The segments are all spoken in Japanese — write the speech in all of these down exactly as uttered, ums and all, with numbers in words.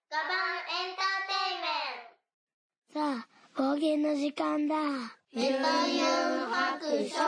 ガバンエンターテイメント。さあ、方言の時間だ。ゆとゆん白書。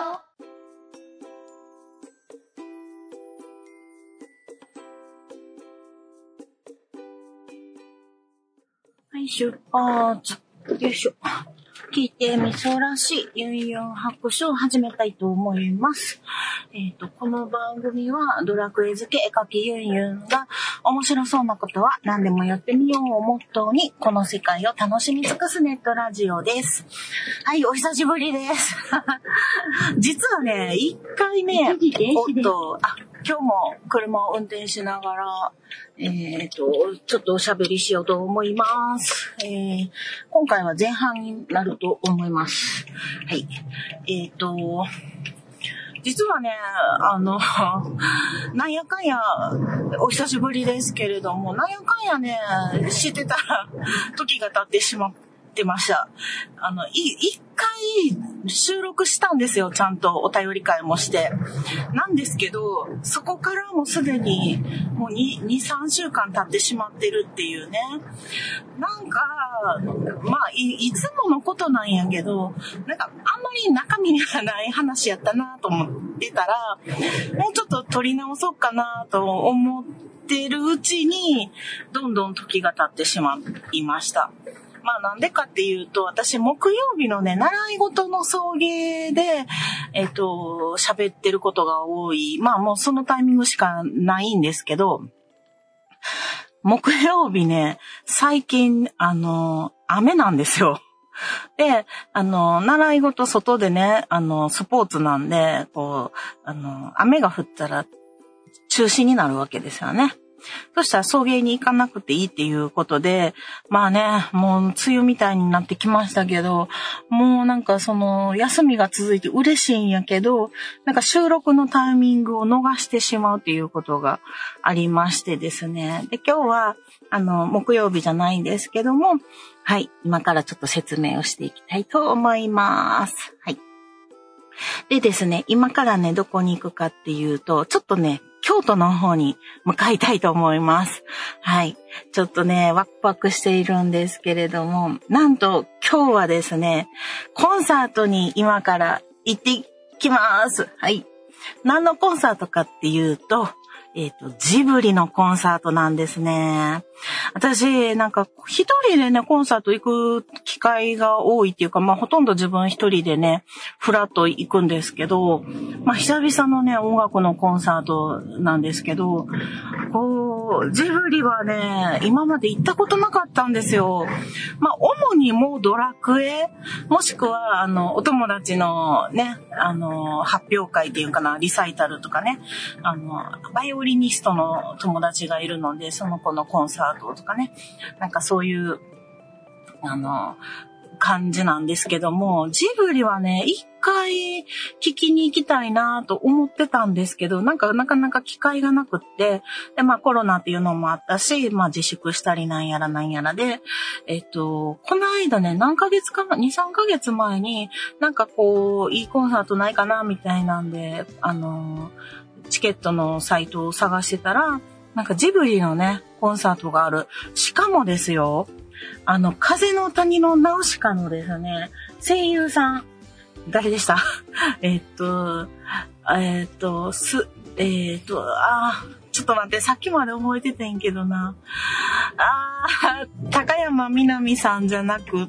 はい、出発。よいしょ。聞いてみそうらしいユンユン白書を始めたいと思います。えっと、この番組はドラクエ付け絵描きユンユンが面白そうなことは何でもやってみようをモットーにこの世界を楽しみ尽くすネットラジオです。はい、お久しぶりです。実はね、一回ね、おっと、あ、今日も車を運転しながら、えっと、ちょっとおしゃべりしようと思います。えー、今回は前半になると思います。はい。えっと、実はね、あの、なんやかんや、お久しぶりですけれども、なんやかんやね、知ってたら、時が経ってしまってました。あの、い、一回収録したんですよ、ちゃんとお便り会もして。なんですけど、そこからもうすでに、もうに、に、さんしゅうかん経ってしまってるっていうね。なんか、まあい、いつものことなんやけど、なんかあんまり中身がない話やったなと思ってたら、もうちょっと撮り直そうかなと思ってるうちに、どんどん時が経ってしまいました。まあなんでかっていうと、私木曜日のね、習い事の送迎で、えっと、喋ってることが多い。まあもうそのタイミングしかないんですけど、木曜日ね、最近、あの、雨なんですよ。で、あの、習い事外でね、あの、スポーツなんで、こう、あの、雨が降ったら中止になるわけですよね。そしたら送迎に行かなくていいっていうことで、まあね、もう梅雨みたいになってきましたけど、もうなんかその休みが続いて嬉しいんやけど、なんか収録のタイミングを逃してしまうっていうことがありましてですね。で、今日はあの木曜日じゃないんですけども、はい、今からちょっと説明をしていきたいと思います。はい。でですね、今からね、どこに行くかっていうと、ちょっとね、京都の方に向かいたいと思います。はい。ちょっとね、ワクワクしているんですけれども、なんと今日はですね、コンサートに今から行ってきます。はい。何のコンサートかっていうと、えっと、ジブリのコンサートなんですね。私、なんか、一人でね、コンサート行く機会が多いっていうか、まあ、ほとんど自分一人でね、フラッと行くんですけど、まあ、久々のね、音楽のコンサートなんですけど、こう、ジブリはね、今まで行ったことなかったんですよ。まあ、主にもうドラクエ、もしくは、あの、お友達のね、あの、発表会っていうかな、リサイタルとかね、あの、バイオリニストの友達がいるので、その子のコンサートとかね、なんかそういう、あの、感じなんですけども、ジブリはね、一回聞きに行きたいなと思ってたんですけど、なんかなかなか機会がなくって、で、まあコロナっていうのもあったし、まあ自粛したりなんやらなんやらで、えっと、この間ね、何ヶ月か、に、さんかげつまえに、なんかこう、いいコンサートないかな、みたいなんで、あの、チケットのサイトを探してたら、なんかジブリのね、コンサートがある。しかもですよ、あの、風の谷のナウシカのですね、声優さん、誰でしたえっと、えっと、す、えっと、あー、ちょっと待って、さっきまで覚えててんけどな。あー、高山みなみさんじゃなくって、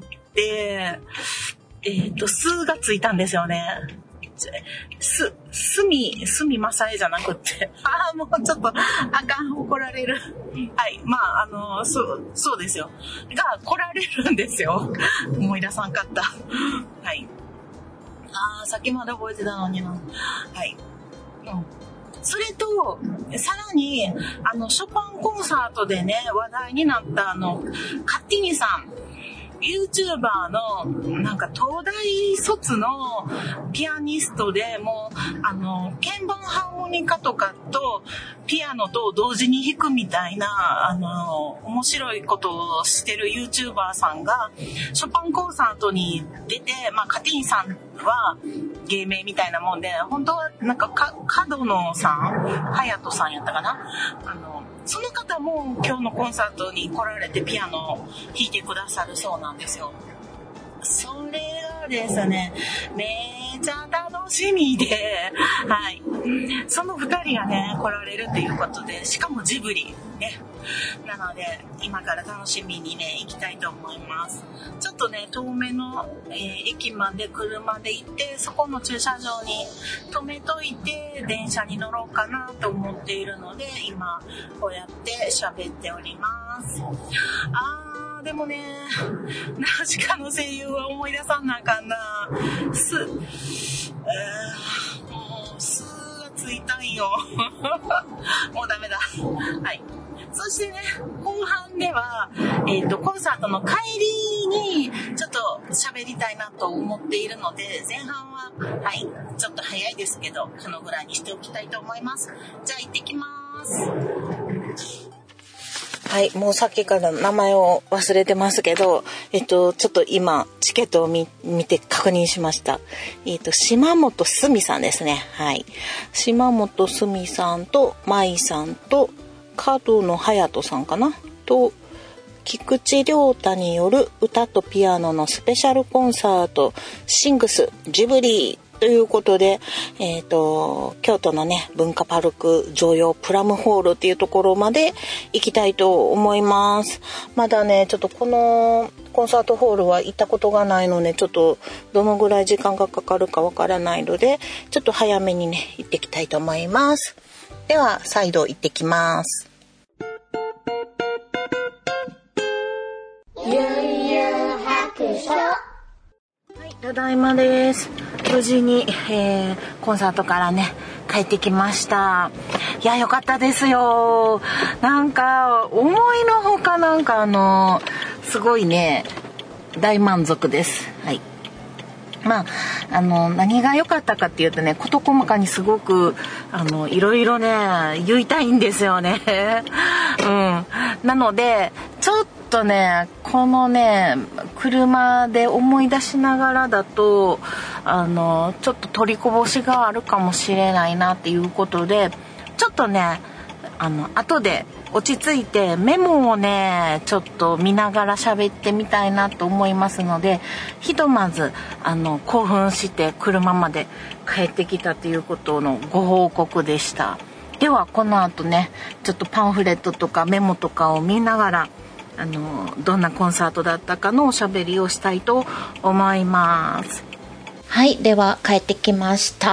えっと、すがついたんですよね。す、すみ、すみまさえじゃなくって。ああ、もうちょっと、あかん、怒られる。はい。まあ、あの、そう、そうですよ。が、来られるんですよ。思い出さんかった。はい。ああ、さっきまで覚えてたのにな。はい。うん。それと、さらに、あの、ショパンコンサートでね、話題になった、あの、カッティニさん。YouTuber のなんか東大卒のピアニストでもうあの鍵盤ハーモニカとかとピアノと同時に弾くみたいなあの面白いことをしてる YouTuber さんがショパンコンサートに出て、まあ、カティーンさんは芸名みたいなもんで、本当はなんかか角野さん、隼人さんやったかな、あのその方も今日のコンサートに来られてピアノを弾いてくださるそうなんですよ。それがですね、めっちゃ楽しみで、はい。その二人がね、来られるっていうことで、しかもジブリね。なので、今から楽しみにね、行きたいと思います。ちょっとね、遠めの、えー、駅まで車で行って、そこの駐車場に止めといて、電車に乗ろうかなと思っているので、今、こうやって喋っております。あー、でもね、ナウシカの声優は思い出さんなあかんな。す、えー、もう、すがついたんよ。もうダメだ。はい。そしてね、後半では、えっと、コンサートの帰りに、ちょっと喋りたいなと思っているので、前半は、はい、ちょっと早いですけど、このぐらいにしておきたいと思います。じゃあ行ってきます。はい、もうさっきから名前を忘れてますけど、えっと、ちょっと今、チケットを 見, 見て確認しました。えっと、島本すみさんですね。はい。島本すみさんと、舞さんと、角野隼人さんかなと、菊池亮太による歌とピアノのスペシャルコンサート、シングスジブリということで、えっと、京都のね、文化パルク常用プラムホールっていうところまで行きたいと思います。まだね、ちょっとこのコンサートホールは行ったことがないので、ちょっとどのぐらい時間がかかるかわからないので、ちょっと早めにね、行ってきたいと思います。では、再度行ってきます。 悠々白書。 はい、ただいまです。無事に、えー、コンサートからね帰ってきました。いや、よかったですよ。なんか思いのほかなんかあのすごいね大満足です。はい。まあ、あの何が良かったかっていうとね、事細かにすごくあのいろいろね言いたいんですよね。うん。なのでちょっとねこのね車で思い出しながらだとあのちょっと取りこぼしがあるかもしれないなっていうことで、ちょっとねあの後で落ち着いてメモをねちょっと見ながら喋ってみたいなと思いますので、ひとまずあの興奮して車まで帰ってきたということのご報告でした。ではこの後ねちょっとパンフレットとかメモとかを見ながらあのどんなコンサートだったかのおしゃべりをしたいと思います。はい、では帰ってきました。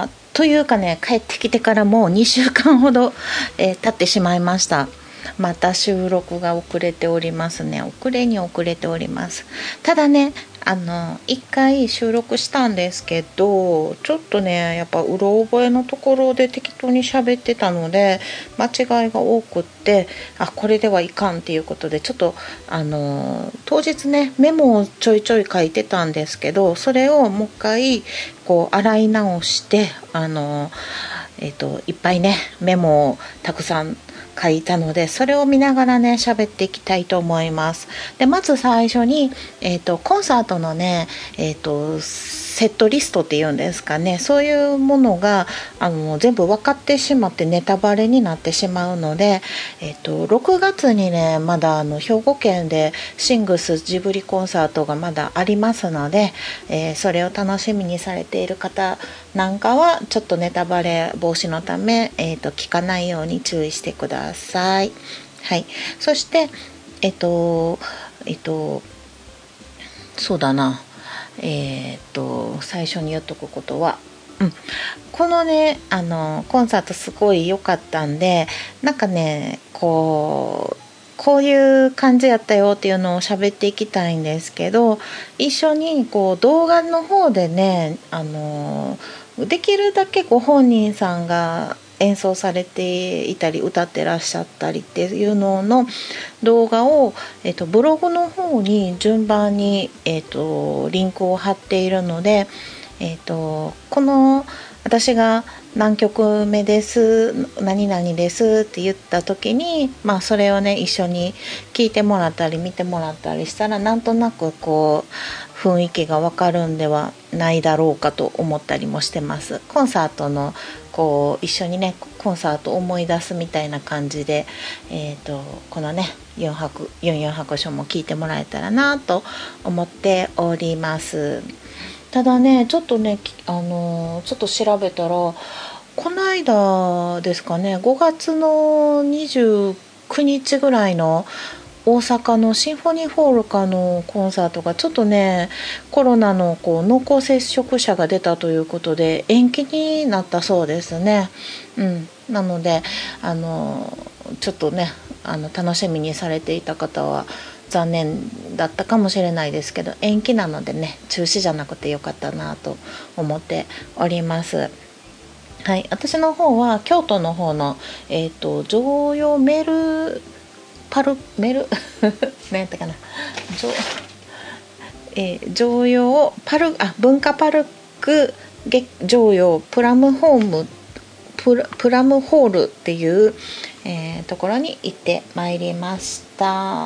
というかね、帰ってきてからもうにしゅうかんほど、えー、経ってしまいました。また収録が遅れておりますね。遅れに遅れております。ただね、あの一回収録したんですけど、ちょっとねやっぱうろ覚えのところで適当に喋ってたので間違いが多くって、あこれではいかんっていうことで、ちょっとあの当日ねメモをちょいちょい書いてたんですけど、それをもう一回こう洗い直してあのえっといっぱいねメモをたくさん書いたので、それを見ながらね喋っていきたいと思います。でまず最初に、えーと、コンサートのね、えーと、セットリストっていうんですかね、そういうものがあの全部分かってしまってネタバレになってしまうので、えーと、ろくがつにねまだあの兵庫県でシングスジブリコンサートがまだありますので、えー、それを楽しみにされている方なんかはちょっとネタバレ防止のため、えーと、聞かないように注意してください。ください。はい。そしてえっとえっとそうだなえっと最初に言っとくことは、うん、このねあのコンサートすごい良かったんで、なんかねこうこういう感じやったよっていうのを喋っていきたいんですけど、一緒にこう動画の方でねあのできるだけご本人さんが演奏されていたり歌ってらっしゃったりっていうのの動画を、えっと、ブログの方に順番に、えっと、リンクを貼っているので、えっと、この私が何曲目です何々ですって言った時に、まあ、それをね一緒に聞いてもらったり見てもらったりしたらなんとなくこう雰囲気がわかるんではないだろうかと思ったりもしてます。コンサートのこう一緒にねコンサートを思い出すみたいな感じで、えーと、このねよんじゅうよん白書も聞いてもらえたらなと思っております。ただねちょっとねあのちょっと調べたらこの間ですかねごがつのにじゅうくにちぐらいの大阪のシンフォニーホールかのコンサートがちょっとねコロナのこう濃厚接触者が出たということで延期になったそうですね。うん、なのであのちょっとねあの楽しみにされていた方は残念だったかもしれないですけど延期なのでね中止じゃなくてよかったなと思っております。はい、私の方は京都の方の、えーと、常用メルパルメル何やったかな常、えー、常用パルあ文化パルク常用プラムホームプラ、プラムホールっていう、えー、ところに行ってまいりました。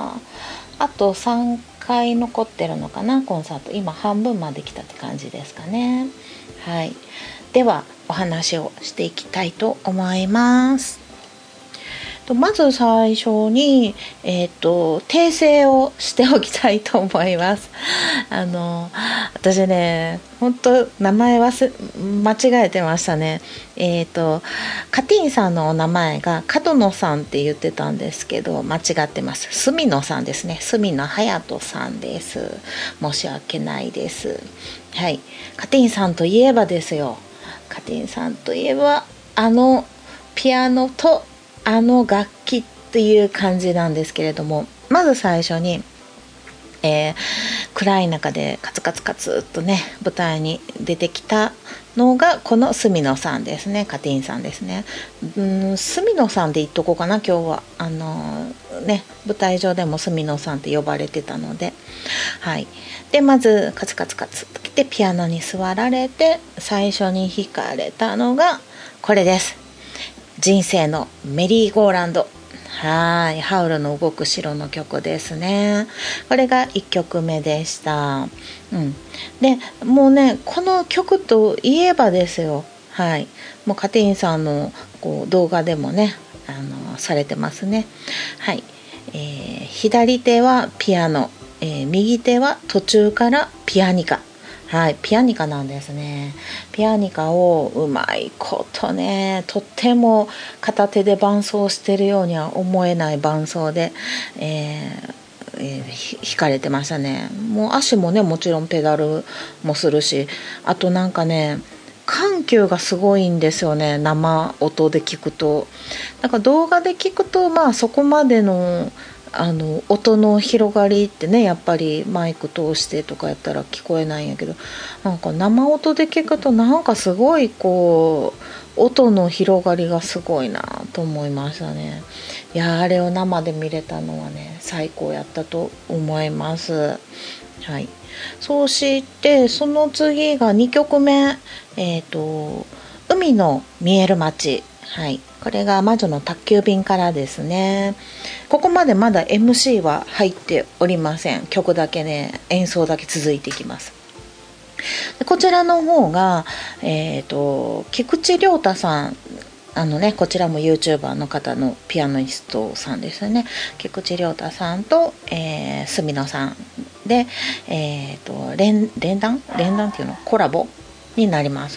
あとさんかい残ってるのかなコンサート。今半分まで来たって感じですかね。はい、ではお話をしていきたいと思います。まず最初に、えーと、訂正をしておきたいと思います。あの私ね本当名前忘間違えてましたね。えーとカティーンさんのお名前が角野さんって言ってたんですけど間違ってます。住野さんですね。住野隼人さんです。申し訳ないです。はい、カティーンさんといえばですよ。カティーンさんといえばあのピアノとあの楽器っていう感じなんですけれども、まず最初に、えー、暗い中でカツカツカツっとね舞台に出てきたのがこの住野さんですね。カティーンさんですね。うーん住野さんで言っとこうかな今日は。あのー、ね舞台上でも住野さんって呼ばれてたので、はい。でまずカツカツカツと来てピアノに座られて最初に弾かれたのがこれです。人生のメリーゴーランド。はい、ハウルの動く城の曲ですね。これがいっきょくめでした。うん、でもうねこの曲といえばですよ。はい、もうカティーンさんのこう動画でもねあのされてますね。はい、えー、左手はピアノ、えー、右手は途中からピアニカ。はい、ピアニカなんですね。ピアニカをうまいことねとっても片手で伴奏してるようには思えない伴奏で、えーえー、弾かれてましたね。もう足もねもちろんペダルもするし、あとなんかね緩急がすごいんですよね。生音で聞くと。なんか動画で聞くとまあそこまでのあの音の広がりってねやっぱりマイク通してとかやったら聞こえないんやけど、なんか生音で聞くとなんかすごいこう音の広がりがすごいなと思いましたね。いやあれを生で見れたのはね最高やったと思います。はい、そうしてその次がにきょくめ、えーと、海の見える街。はい、これが魔女の宅急便からですね。ここまでまだ エムシー は入っておりません。曲だけね演奏だけ続いていきます。でこちらの方が、えーと、菊池亮太さんあのねこちらも YouTuber の方のピアニストさんですね。菊池亮太さんと、えー、住野さんで、えーと、連連弾連弾っていうのコラボになります。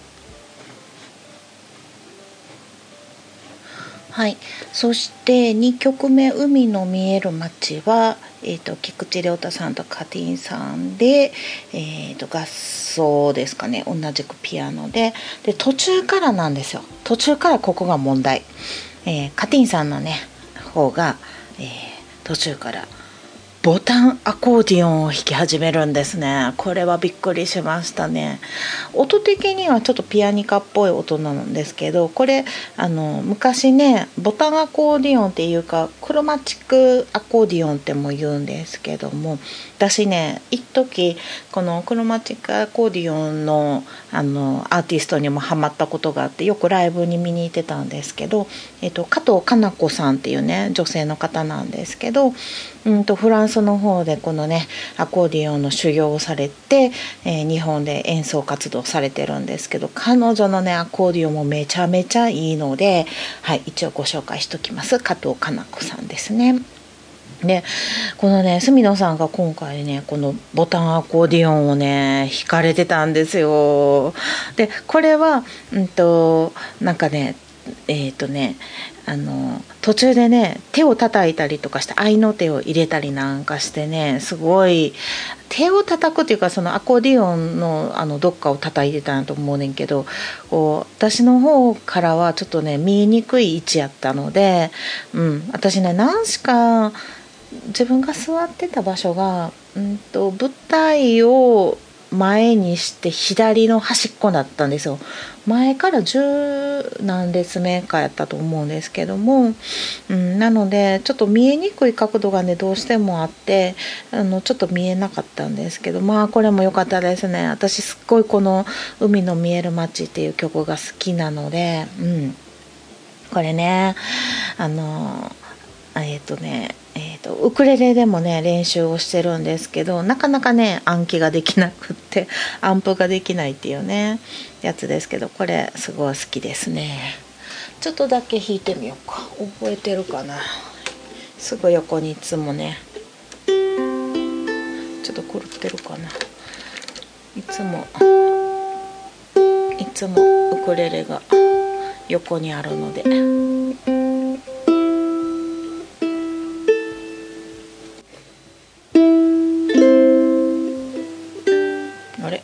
はい、そしてにきょくめ海の見える街は、えーと、菊池亮太さんとカティーンさんで、えーと、合奏ですかね。同じくピアノでで途中からなんですよ。途中からここが問題、えー、カティーンさんのね方が、えー、途中からボタンアコーディオンを弾き始めるんですね。これはびっくりしましたね。音的にはちょっとピアニカっぽい音なんですけど、これあの昔ねボタンアコーディオンっていうかクロマチックアコーディオンっても言うんですけども、私ね一時このクロマチックアコーディオンのあのアーティストにもハマったことがあって、よくライブに見に行ってたんですけど、えっと、加藤かな子さんっていうね女性の方なんですけど、 うんとフランスの方でこのねアコーディオンの修行をされて、えー、日本で演奏活動されてるんですけど、彼女のねアコーディオンもめちゃめちゃいいので、はい、一応ご紹介しときます。加藤かな子さんですね。でこのね住野さんが今回ねこのボタンアコーディオンをね弾かれてたんですよ。でこれはうんとなんかねえっ、ー、とねあの途中でね手を叩いたりとかして合いの手を入れたりなんかしてね、すごい手を叩くっていうかそのアコーディオンのあのどっかを叩いてたんと思うねんけど、こう私の方からはちょっとね見えにくい位置やったので、うん、私ね何しか自分が座ってた場所が、うんと舞台を前にして左の端っこだったんですよ。前から十何列目かやったと思うんですけども、うん、なのでちょっと見えにくい角度がねどうしてもあってあのちょっと見えなかったんですけど、まあこれも良かったですね。私すっごいこの海の見える街っていう曲が好きなので、うん、これねあのえっ、ー、とねえーと、ウクレレでもね練習をしてるんですけど、なかなかね暗記ができなくってアンプができないっていうねやつですけど、これすごい好きですね。ちょっとだけ弾いてみようか。覚えてるかな。すぐ横にいつもねちょっと狂ってるかな。いつもいつもウクレレが横にあるので、あれ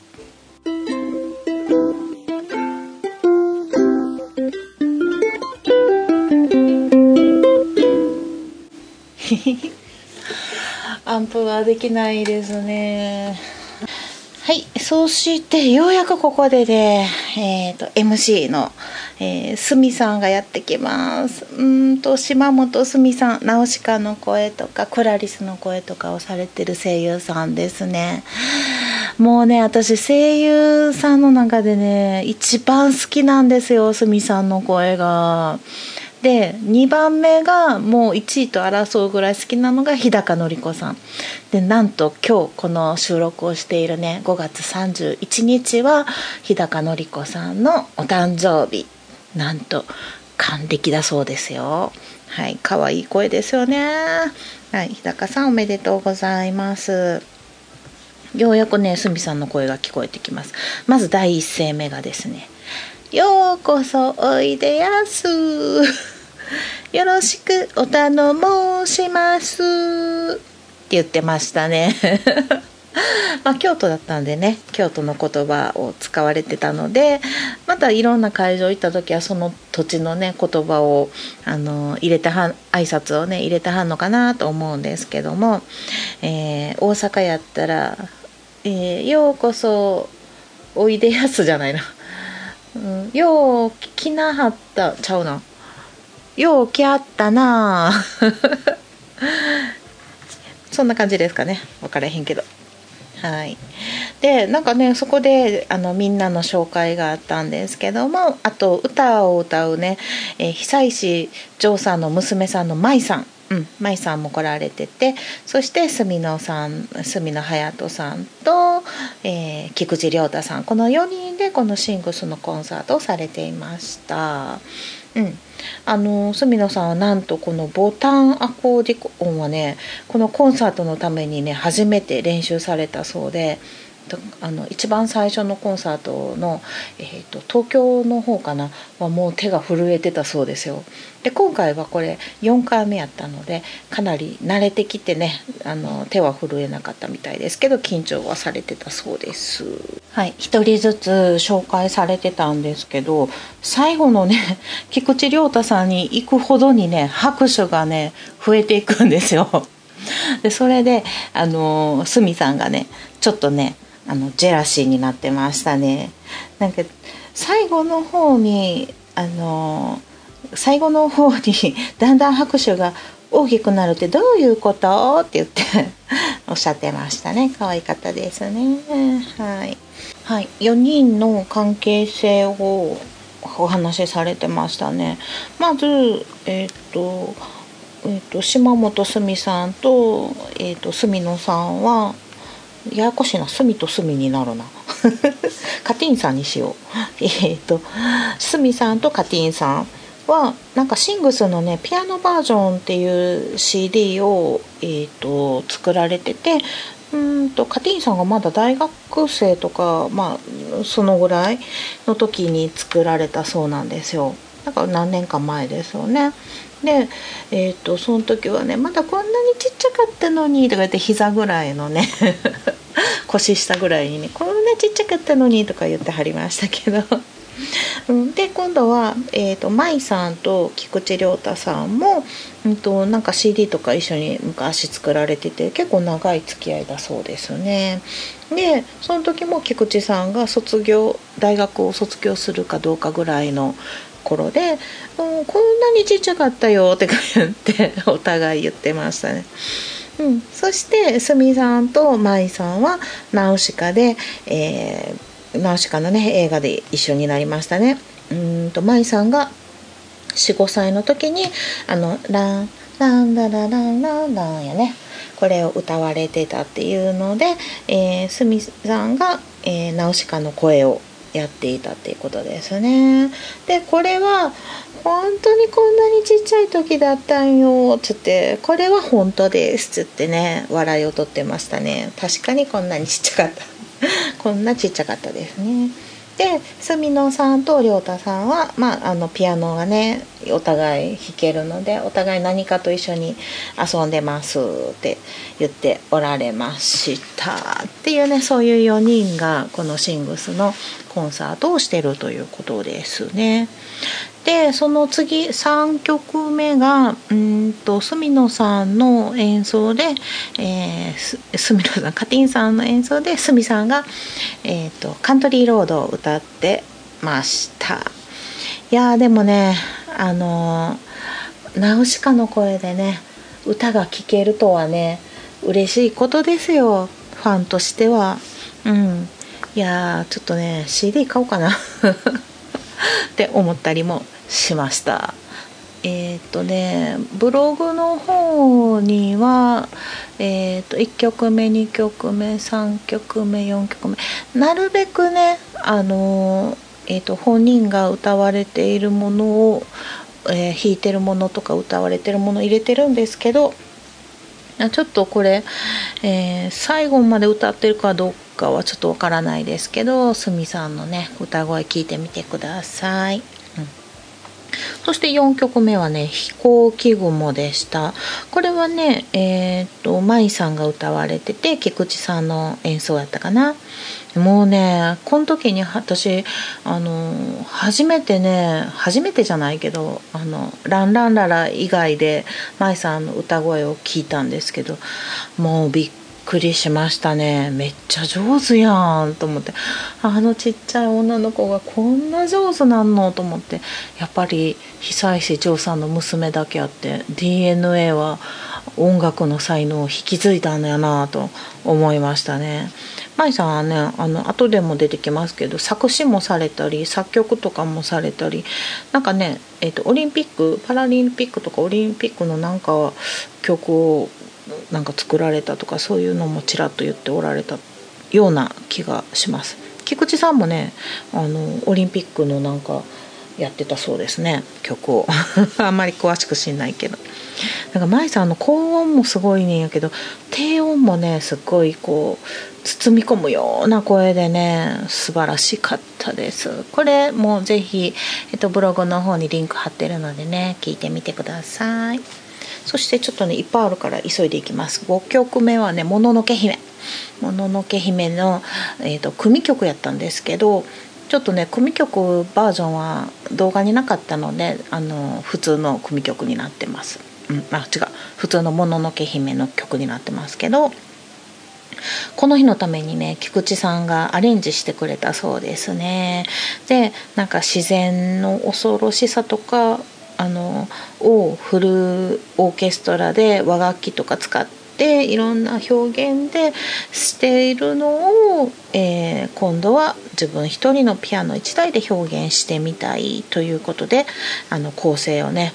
アンプはできないですね。はい、そうしてようやくここでね、えーと、エムシー の、えー、すみさんがやってきます。うんと島本すみさん、ナウシカの声とかクラリスの声とかをされてる声優さんですね。もうね私声優さんの中でね一番好きなんですよ、すみさんの声が。でにばんめがもういちいと争うぐらい好きなのが日高のり子さんで、なんと今日この収録をしているねごがつさんじゅういちにちは日高のり子さんのお誕生日、なんと還暦だそうですよ。はい、可愛い声ですよね。はい、日高さんおめでとうございます。ようやくねすみさんの声が聞こえてきます。まず第一声目がですね、ようこそおいでやすよろしくお頼申しますって言ってましたねまあ京都だったんでね京都の言葉を使われてたので、またいろんな会場行った時はその土地のね言葉をあの入れては挨拶をね入れてはんのかなと思うんですけども、えー、大阪やったら、えー、ようこそおいでやすじゃないなうん、よう来なはったちゃうなよう来あったなそんな感じですかね、分からへんけど。はい、でなんかねそこであのみんなの紹介があったんですけども、あと歌を歌うね、えー、久石譲さんの娘さんの舞さん、うん、舞さんも来られてて、そして住野さん住野隼人さんと、えー、菊池亮太さん、このよにんでこのシングスのコンサートをされていました。うん、あの住野さんはなんとこのボタンアコーディオンはねこのコンサートのためにね初めて練習されたそうで、あの一番最初のコンサートの、えーと、東京の方かなはもう手が震えてたそうですよ。で今回はこれよんかいめやったのでかなり慣れてきてねあの手は震えなかったみたいですけど緊張はされてたそうです。はい、一人ずつ紹介されてたんですけど、最後のね菊池亮太さんに行くほどにね拍手がね増えていくんですよ。でそれであの鷲見さんがねちょっとねあのジェラシーになってましたね。なんか最後の方にあの最後の方にだんだん拍手が大きくなるってどういうことって言っておっしゃってましたね。可愛かったですね。はい、はい、よにんの関係性をお話しされてましたね。まずえっとえー、と島本すみさんと、えー、と住野さんはややこしいな、すみとすみになるなカティンさんにしようえっとすみさんとカティンさんはなんかシングスのねピアノバージョンっていう シーディー を、えー、と作られてて、うんとカティンさんがまだ大学生とか、まあそのぐらいの時に作られたそうなんですよ。だから何年か前ですよね。で、えー、とその時はねまだこんなにちっちゃかったのにとか言って膝ぐらいのね腰下ぐらいにねこんなちっちゃかったのにとか言ってはりましたけどで今度は、えー、と舞さんと菊池亮太さんも、うん、となんか シーディー とか一緒に昔作られてて結構長い付き合いだそうですね。でその時も菊池さんが卒業大学を卒業するかどうかぐらいの頃で、うん、こんなにちっちゃかったよって言ってお互い言ってましたね。うん、そしてすみさんとまいさんはナウシカで、えー、ナウシカのね映画で一緒になりましたね。うんとまいさんが よん,ご 歳の時にあのランランララランランランやねこれを歌われてたっていうので、えー、すみさんが、えー、ナウシカの声をやっていたっていうことですね。でこれは本当にこんなにちっちゃい時だったんよつってこれは本当ですつってね笑いを取ってましたね。確かにこんなにちっちゃかったこんなちっちゃかったですね。で住野さんと亮太さんは、まあ、あのピアノがねお互い弾けるのでお互い何かと一緒に遊んでますって言っておられましたっていうねそういうよにんがこのシングスのコンサートをしてるということですね。でその次さんきょくめがうんと住野さんの演奏で、えー、住野さんカティンさんの演奏で住さんが、えーと、カントリーロードを歌ってました。いやでもねあのナウシカの声でね歌が聴けるとはね嬉しいことですよファンとしては。うんいやちょっとね シーディー 買おうかなって思ったりもしました。えっとねブログの方には、えー、といっきょくめにきょくめさんきょくめよんきょくめなるべくねあの、えー、と本人が歌われているものを、えー、弾いてるものとか歌われてるもの入れてるんですけどちょっとこれ、えー、最後まで歌ってるかどうかはちょっとわからないですけどすみさんのね歌声聞いてみてください。そしてよんきょくめはね飛行機雲でした。これはねえー、っと舞さんが歌われてて菊池さんの演奏やったかな。もうねこの時に私あの初めてね初めてじゃないけどあのランランララ以外で舞さんの歌声を聞いたんですけどもうびっびっくりしましたね。めっちゃ上手やんと思ってあのちっちゃい女の子がこんな上手なんのと思ってやっぱり久石譲さんの娘だけあって ディーエヌエー は音楽の才能を引き継いだんだよなと思いましたね。舞さんはねあの後でも出てきますけど作詞もされたり作曲とかもされたりなんかね、えーと、オリンピックパラリンピックとかオリンピックのなんか曲をなんか作られたとかそういうのもちらっと言っておられたような気がします。菊池さんもねあのオリンピックのなんかやってたそうですね曲をあんまり詳しく知んないけどなんか舞さんの高音もすごいねんやけど低音もねすっごいこう包み込むような声でね素晴らしかったです。これもぜひ、えっと、ブログの方にリンク貼ってるのでね聞いてみてください。そしてちょっとねいっぱいあるから急いでいきます。ごきょくめはねもののけ姫もののけ姫の、えーと、組曲やったんですけどちょっとね組曲バージョンは動画になかったのであの普通の組曲になってます、うん、あ違う普通のもののけ姫の曲になってますけどこの日のためにね菊池さんがアレンジしてくれたそうですね。でなんか自然の恐ろしさとかあのをフルオーケストラで和楽器とか使っていろんな表現でしているのを、えー、今度は自分一人のピアノ一台で表現してみたいということであの構成をね、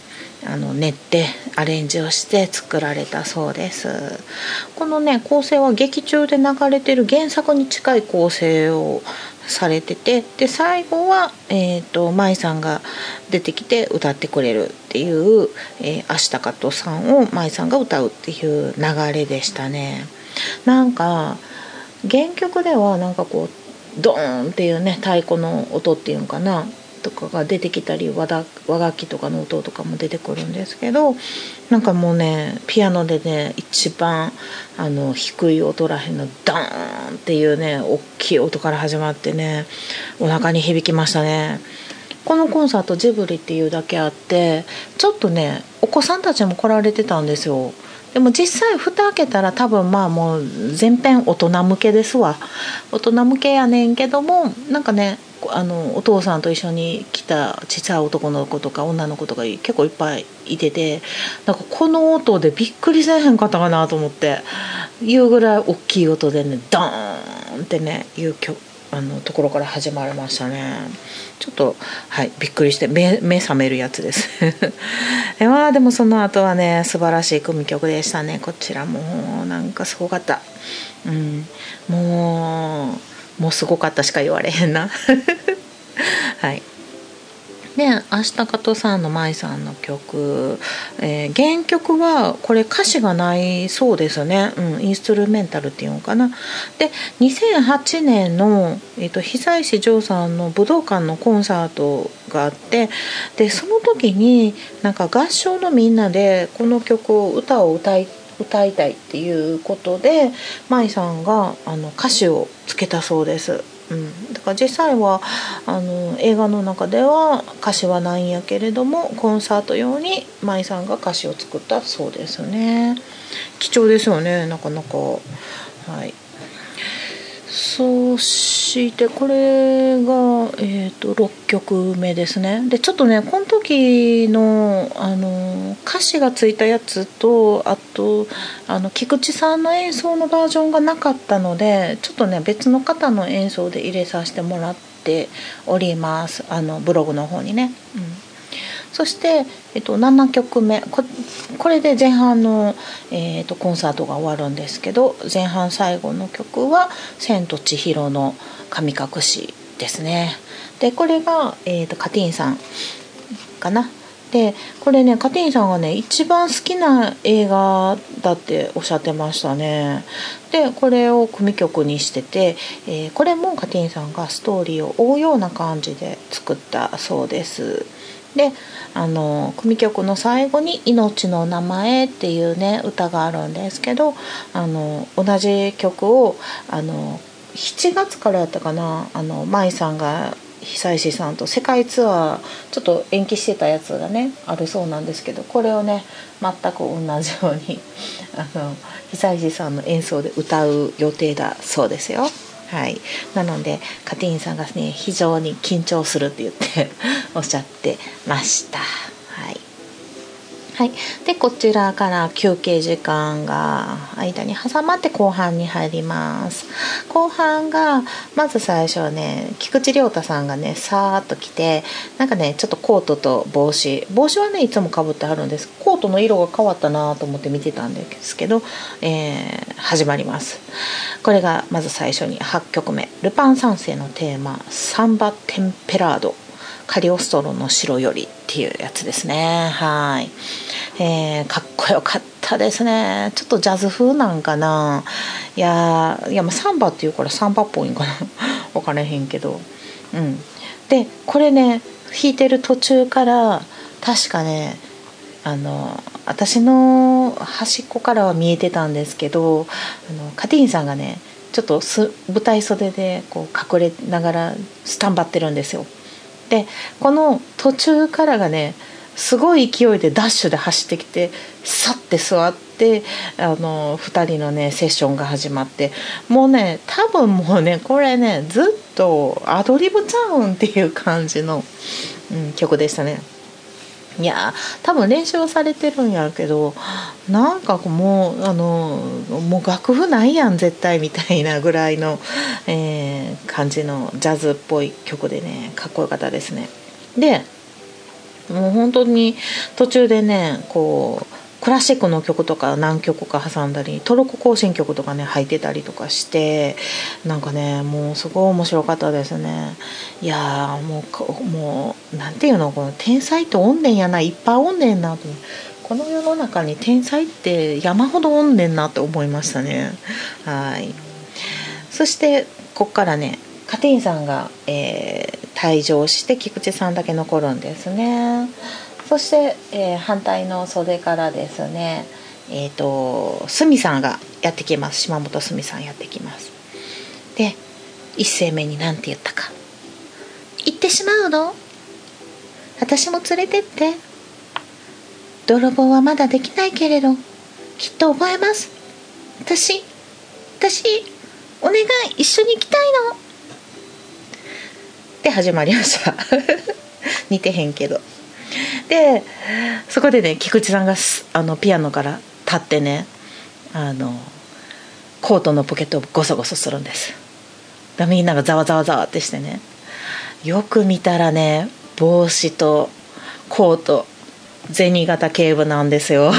あの練ってアレンジをして作られたそうです。このね構成は劇中で流れてる原作に近い構成をされてて、で最後は、えーと、舞さんが出てきて歌ってくれるっていう、えー、アシタカトさんを舞さんが歌うっていう流れでしたね。なんか原曲ではなんかこうドーンっていうね太鼓の音っていうのかなとかが出てきたり和だ和楽器とかの音とかも出てくるんですけど、なんかもうねピアノでね一番あの低い音らへんのダーンっていうね大きい音から始まってねお腹に響きましたね。このコンサートジブリっていうだけあってちょっとねお子さんたちも来られてたんですよ。でも実際蓋開けたら多分まあもう全編大人向けですわ。大人向けやねんけどもなんかねあのお父さんと一緒に来た小さい男の子とか女の子とか結構いっぱいいてて、なんかこの音でびっくりせえへんかったかなと思っていうぐらい大きい音でねドーンってねいう曲あのところから始まりましたね。ちょっとはいびっくりして 目, 目覚めるやつですで, まあ、でもその後はね素晴らしい組曲でしたね。こちらもなんかすごかった、うん、もうもうすごかったしか言われへんなはいでアシタカトさんの舞さんの曲、えー、原曲はこれ歌詞がないそうですね、うん、インストゥルメンタルっていうのかな。でにせんはちねんの、えーと、久石譲さんの武道館のコンサートがあって、でその時になんか合唱のみんなでこの曲を歌を歌い歌いたいっていうことで舞さんがあの歌詞をつけたそうです。うん、だから実際はあの映画の中では歌詞はないんやけれどもコンサート用に舞さんが歌詞を作ったそうですね。貴重ですよねなかなか。はい、そしてこれが、えーと、ろっきょくめですね。でちょっとねこの時の、あの歌詞がついたやつとあとあの菊池さんの演奏のバージョンがなかったのでちょっとね別の方の演奏で入れさせてもらっております、あのブログの方にね、うん、そして、えっと、ななきょくめ こ, これで前半の、えー、とコンサートが終わるんですけど、前半最後の曲は千と千尋の神隠しですね。でこれが、えー、とカティーンさんかな。でこれねカティーンさんがね一番好きな映画だっておっしゃってましたね。でこれを組曲にしてて、えー、これもカティーンさんがストーリーを追うような感じで作ったそうです。であの組曲の最後に「命の名前」っていうね歌があるんですけど、あの同じ曲をあのしちがつからやったかな、あの舞さんが久石さんと世界ツアーちょっと延期してたやつがねあるそうなんですけど、これをね全く同じようにあの久石さんの演奏で歌う予定だそうですよ。はい、なのでカティーンさんがね非常に緊張するって言っておっしゃってました。はいはい、でこちらから休憩時間が間に挟まって後半に入ります。後半がまず最初はね菊池亮太さんがねさーっと来て、なんかねちょっとコートと帽子帽子はねいつもかぶってはるんです。コートの色が変わったなと思って見てたんですけど、えー、始まります。これがまず最初にはちきょくめルパン三世のテーマサンバテンペラードカリオストロの城よりっていうやつですね。はい、えー、かっこよかったですね。ちょっとジャズ風なんかな。いやいや、まあ、サンバっていうからサンバっぽいんかな分からへんけど、うん、でこれね弾いてる途中から確かねあの私の端っこからは見えてたんですけど、あのカティーンさんがねちょっとす舞台袖でこう隠れながらスタンバってるんですよ。でこの途中からがねすごい勢いでダッシュで走ってきてさって座ってあのふたりのねセッションが始まって、もうね多分もうねこれねずっとアドリブちゃうんっていう感じの、うん、曲でしたね。いや多分練習はされてるんやけどなんかもうあのもう楽譜ないやん絶対みたいなぐらいの、えー、感じのジャズっぽい曲でねかっこよかったですね。でもう本当に途中でねこうクラシックの曲とか何曲か挟んだりトルコ行進曲とかね入ってたりとかしてなんかねもうすごい面白かったですね。いやーもうもうなんていうのこの天才っておんねんやないっぱいおんねんなとこの世の中に天才って山ほどおんねんなって思いましたね。はい。そしてこっからねカティーンさんが、えー、退場して菊池さんだけ残るんですね。そして、えー、反対の袖からですねえっ、ー、とスミさんがやってきます。島本スミさんやってきます。で一声目に何て言ったか。行ってしまうの？私も連れてって。泥棒はまだできないけれどきっと覚えます。私私お願い一緒に行きたいので始まりました似てへんけど。でそこでね菊池さんがあのピアノから立ってねあのコートのポケットをゴソゴソするんです。だみんながざわざわざわってしてねよく見たらね帽子とコート銭形警部なんですよ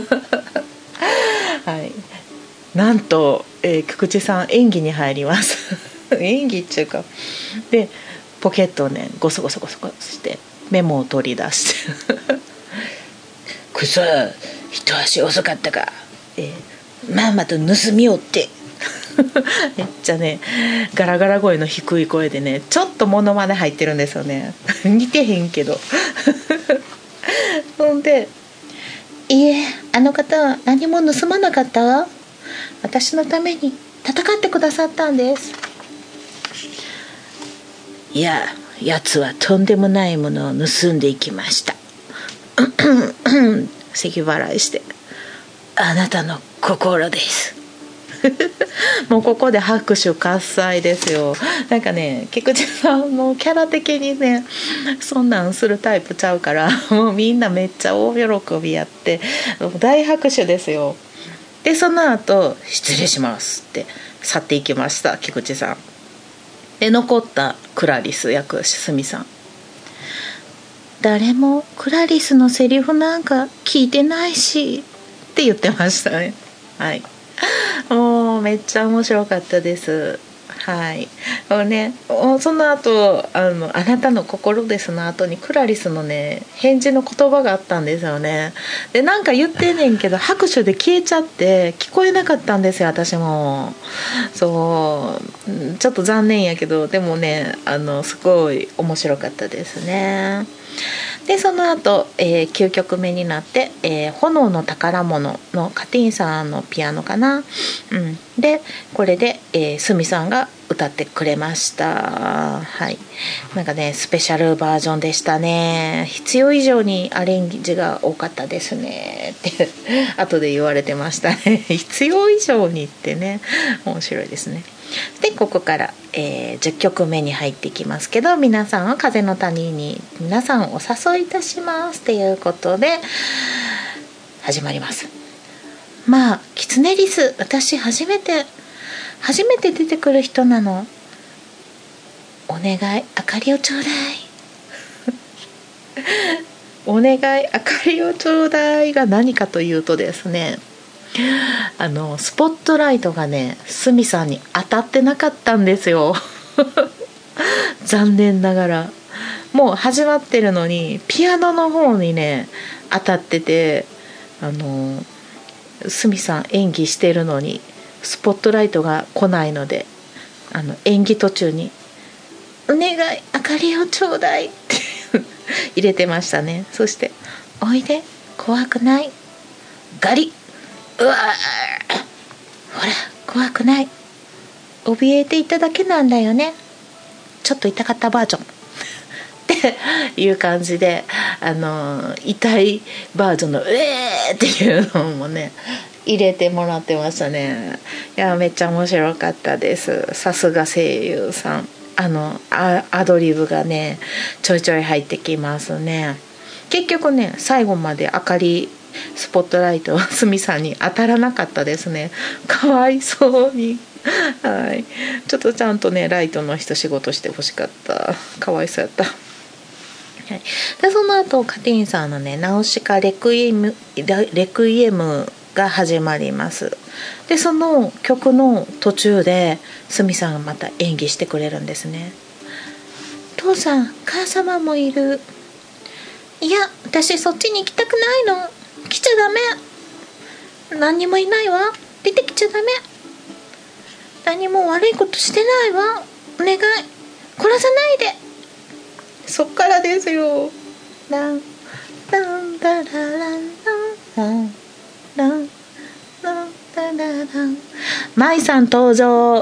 はいなんと、えー、菊池さん演技に入ります演技っていうかでポケットをねゴソゴソゴソゴソしてメモを取り出してくそ一足遅かったか、えー、まんまと盗みおってめっちゃねガラガラ声の低い声でねちょっとモノマネ入ってるんですよね似てへんけどほんでいいえあの方は何も盗まなかったわ。私のために戦ってくださったんです。いや奴はとんでもないものを盗んでいきました咳払いしてあなたの心ですもうここで拍手喝采ですよ。なんかね菊池さんのキャラ的にねそんなんするタイプちゃうからもうみんなめっちゃ大喜びやって大拍手ですよ。でその後失礼しますって去っていきました菊池さんで残ったクラリス役スミさん誰もクラリスのセリフなんか聞いてないしって言ってましたね。はいもうめっちゃ面白かったです。はい。もうね、その後あのあなたの心ですの後にクラリスのね返事の言葉があったんですよね。でなんか言ってんねんけど拍手で消えちゃって聞こえなかったんですよ私も。そうちょっと残念やけどでもねあのすごい面白かったですね。でその後、えー、きゅうきょくめになって、えー、炎の宝物のカティーンさんのピアノかな、うん、でこれで、えー、スミさんが歌ってくれました。はいなんかねスペシャルバージョンでしたね。必要以上にアレンジが多かったですねって後で言われてましたね必要以上にってね面白いですね。でここから、えー、じゅっきょくめに入っていきますけど皆さんは風の谷に皆さんお誘いいたしますということで始まります。まあキツネリス私初めて初めて出てくる人なのお願い明かりをちょうだいお願い明かりをちょうだいが何かというとですねあのスポットライトがねスミさんに当たってなかったんですよ残念ながらもう始まってるのにピアノの方にね当たっててあのスミさん演技してるのにスポットライトが来ないのであの演技途中にお願い明かりをちょうだいって入れてましたね。そしておいで怖くないガリうわほら怖くない怯えていただけなんだよねちょっと痛かったバージョンっていう感じであの痛いバージョンのうえーっていうのもね入れてもらってましたね。いやめっちゃ面白かったです。さすが声優さんあの ア, アドリブがねちょいちょい入ってきますね。結局ね最後まで明かりスポットライトスミさんに当たらなかったですね。かわいそうにはい、ちょっとちゃんとねライトの人仕事してほしかった。かわいそうやった。 はい、でその後カティーンさんのねナウシカレクイエムレクイエムが始まります。でその曲の途中でスミさんがまた演技してくれるんですね。父さん母様もいる。いや私そっちに行きたくないの。来ちゃダメ。何にもいないわ。出てきちゃダメ。何も悪いことしてないわ。お願い殺さないで。そっからですよ。ランランダラランランランランダララン。マイさん登場。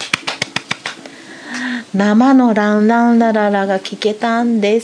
生のランランラララが聞けたんです。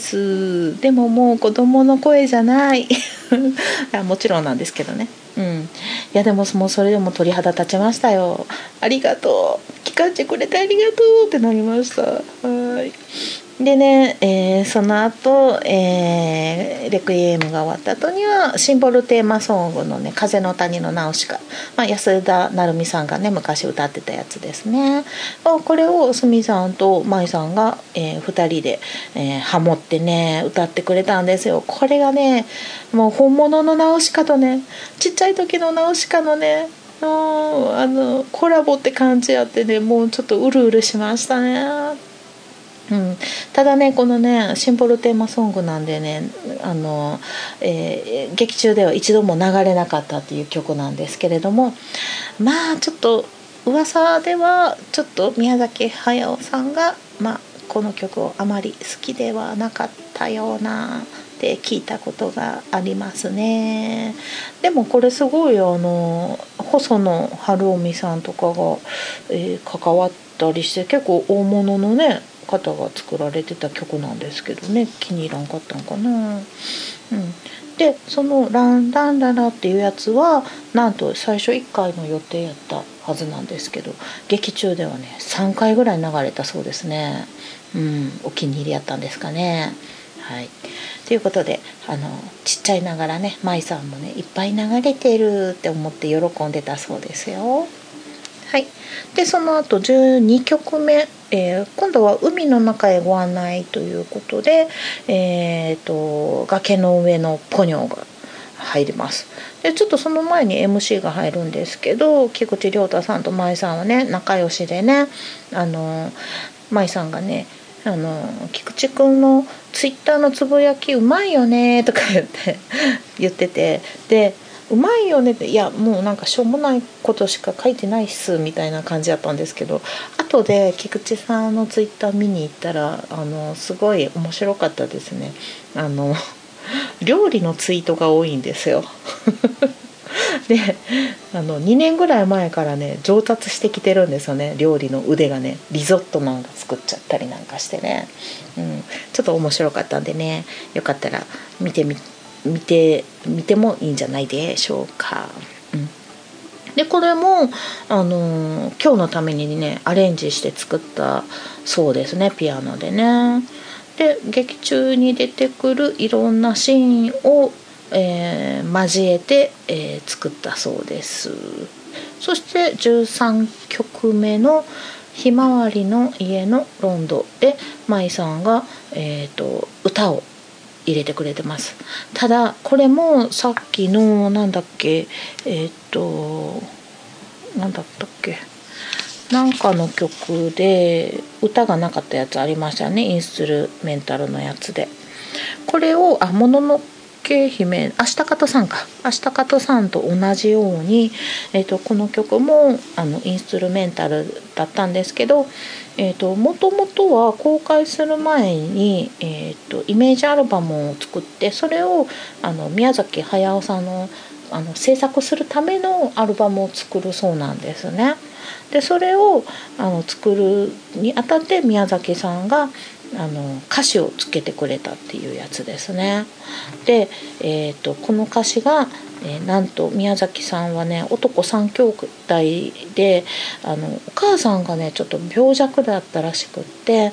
でももう子供の声じゃないもちろんなんですけどね。うん、いやでももうそれでも鳥肌立ちましたよ。ありがとう、聞かせてくれてありがとうってなりました。はいでね、えー、その後、えー、レクイエムが終わった後にはシンボルテーマソングのね風の谷のナウシカ、まあ、安田成美さんがね昔歌ってたやつですね。これをスミさんとマイさんが、えー、ふたりで、えー、ハモってね歌ってくれたんですよ。これがねもう本物のナウシカとねちっちゃい時のナウシカのねあのコラボって感じやってねもうちょっとうるうるしましたね。うん、ただねこのねシンボルテーマソングなんでねあの、えー、劇中では一度も流れなかったっていう曲なんですけれども、まあちょっと噂ではちょっと宮崎駿さんが、まあ、この曲をあまり好きではなかったようなって聞いたことがありますね。でもこれすごいあの細野晴臣さんとかが、えー、関わったりして結構大物のね方が作られてた曲なんですけどね気に入らんかったんかな、うん、でそのランランララっていうやつはなんと最初いっかいの予定やったはずなんですけど劇中ではねさんかいぐらい流れたそうですね。うん、お気に入りやったんですかね。はい、ということであのちっちゃいながらね舞さんもねいっぱい流れてるって思って喜んでたそうですよ。はい、でその後じゅうにきょくめ、えー、今度は海の中へご案内ということで、えー、と崖の上のポニョが入ります。でちょっとその前に エムシー が入るんですけど菊池亮太さんと舞さんはね仲良しでねあの舞さんがねあの菊池くんのツイッターのつぶやきうまいよねとか言って言っててでうまいよねっていやもうなんかしょうもないことしか書いてないっすみたいな感じだったんですけど後で菊池さんのツイッター見に行ったらあのすごい面白かったですね。あの料理のツイートが多いんですよであのにねんぐらい前からね上達してきてるんですよね料理の腕がねリゾットなんか作っちゃったりなんかしてね、うん、ちょっと面白かったんでねよかったら見てみ見て見てもいいんじゃないでしょうか、うん、でこれも、あのー、今日のためにねアレンジして作ったそうですねピアノでね。で劇中に出てくるいろんなシーンを、えー、交えて、えー、作ったそうです。そしてじゅうさんきょくめのひまわりの家のロンドで舞さんが、えーと、歌を入れてくれてます。ただこれもさっきのなんだっけえっ、ー、となんだったっけなんかの曲で歌がなかったやつありましたねインストゥルメンタルのやつでこれをあもののけ姫アシタカトさんかアシタカトさんと同じように、えー、とこの曲もあのインストゥルメンタルだったんですけどえーと、もともとは公開する前に、えーと、イメージアルバムを作ってそれをあの宮崎駿さんの、あの制作するためのアルバムを作るそうなんですね。でそれをあの作るにあたって宮崎さんがあの歌詞をつけてくれたっていうやつですね。で、えーと、この歌詞がえー、なんと宮崎さんはね男さん兄弟であのお母さんがねちょっと病弱だったらしくって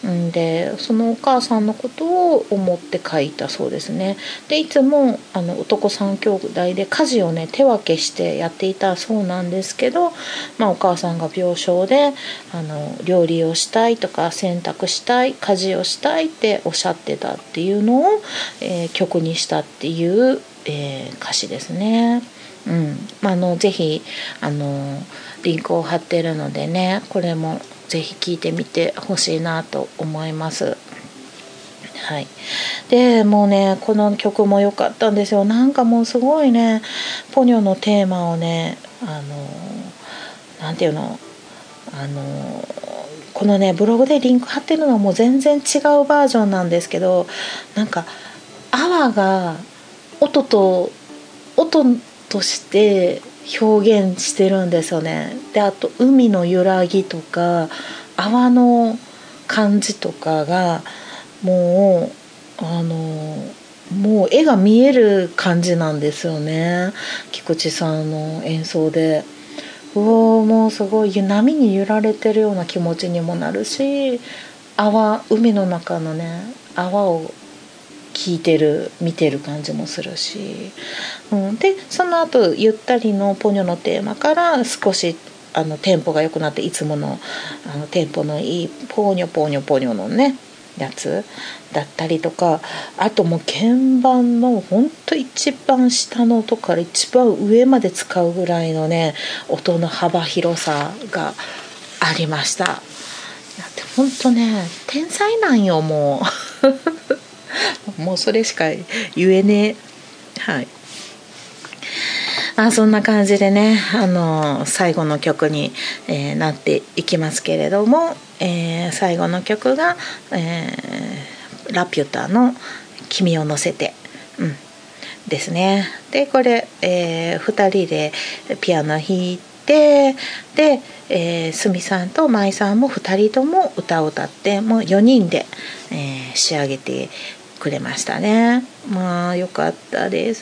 んでそのお母さんのことを思って書いたそうですね。でいつもあの男三兄弟で家事をね手分けしてやっていたそうなんですけど、まあ、お母さんが病床であの料理をしたいとか洗濯したい家事をしたいっておっしゃってたっていうのを、えー、曲にしたっていう、えー、歌詞ですね。うんまあ、あのぜひあのリンクを貼ってるのでね、これもぜひ聴いてみてほしいなと思います。はい、でもうねこの曲も良かったんですよ。なんかもうすごいねポニョのテーマをねあのなんていうのあのこのねブログでリンク貼ってるのはもう全然違うバージョンなんですけど、なんか泡が音と音として表現してるんですよね。であと海の揺らぎとか泡の感じとかがもうあのもう絵が見える感じなんですよね、菊池さんの演奏で。うおもうすごい波に揺られてるような気持ちにもなるし、泡海の中のね泡を聞いてる見てる感じもするし、うん、でその後ゆったりのポニョのテーマから少しあのテンポが良くなっていつものあのテンポのいいポニョポニョポニョのねやつだったりとか、あともう鍵盤のほんと一番下の音から一番上まで使うぐらいのね音の幅広さがありました。いやほんとね天才なんよもうもうそれしか言えねえ。はい。あそんな感じでねあの最後の曲に、えー、なっていきますけれども、えー、最後の曲が、えー、ラピュタの君を乗せて、うん、ですね。でこれ、えー、ふたりでピアノ弾いてで、えー、スミさんとマイさんもふたりとも歌を歌ってもうよにんで、えー、仕上げてくれましたね。まあよかったです。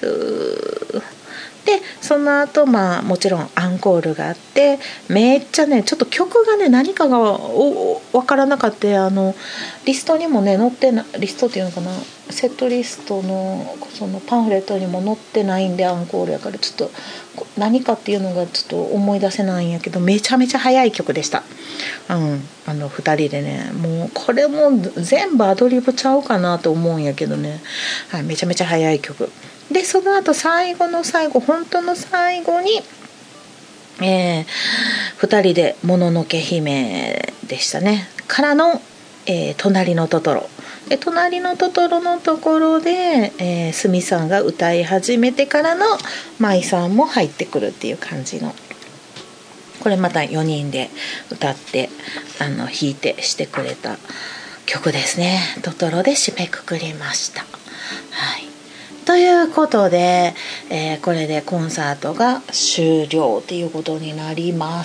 でその後、まあもちろんアンコールがあってめっちゃねちょっと曲がね何かが分からなかった。あのリストにもね載ってなリストっていうのかなセットリストのそのパンフレットにも載ってないんでアンコールやからちょっと何かっていうのがちょっと思い出せないんやけどめちゃめちゃ早い曲でした。うん、あのふたりでねもうこれも全部アドリブちゃうかなと思うんやけどね、はい、めちゃめちゃ早い曲でその後最後の最後本当の最後に、えー、ふたりでもののけ姫でしたねからの、えー、隣のトトロで隣のトトロのところで、えー、スミさんが歌い始めてからのマイさんも入ってくるっていう感じのこれまたよにんで歌ってあの弾いてしてくれた曲ですね。トトロで締めくくりました。はいということで、えー、これでコンサートが終了っていうことになります。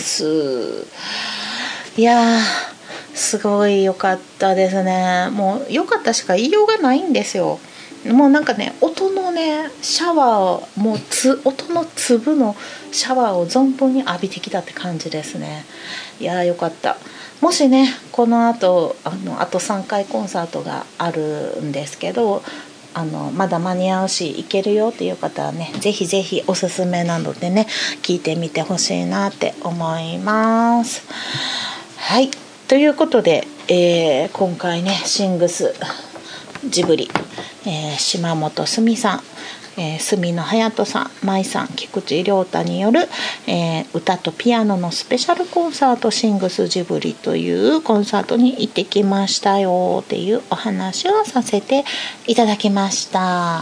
いやーすごい良かったですね。もう良かったしか言いようがないんですよ。もうなんかね音のねシャワーもうつ音の粒のシャワーを存分に浴びてきたって感じですね。いやーよかった。もしねこの後あのあとさんかいコンサートがあるんですけどあのまだ間に合うし行けるよっていう方はねぜひぜひおすすめなのでね聞いてみてほしいなって思います。はいということで、えー、今回ねシングスジブリ、えー、島本すみさん、えー、住野隼人さん、舞さん、菊池亮太による、えー、歌とピアノのスペシャルコンサートシングスジブリというコンサートに行ってきましたよっていうお話をさせていただきました。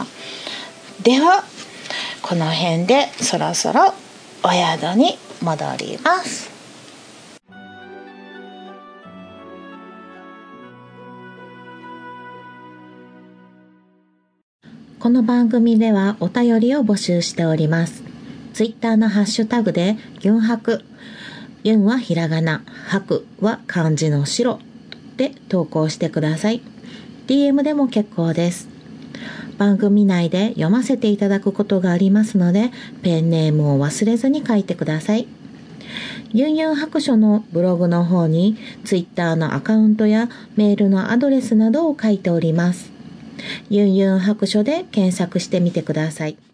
ではこの辺でそろそろお宿に戻ります。この番組ではお便りを募集しております。ツイッターのハッシュタグでギュンハク、ユンはひらがな、ハクは漢字の白で投稿してください。ディーエム でも結構です。番組内で読ませていただくことがありますので、ペンネームを忘れずに書いてください。 ユンユン白書のブログの方にツイッターのアカウントやメールのアドレスなどを書いております。ユンユン白書で検索してみてください。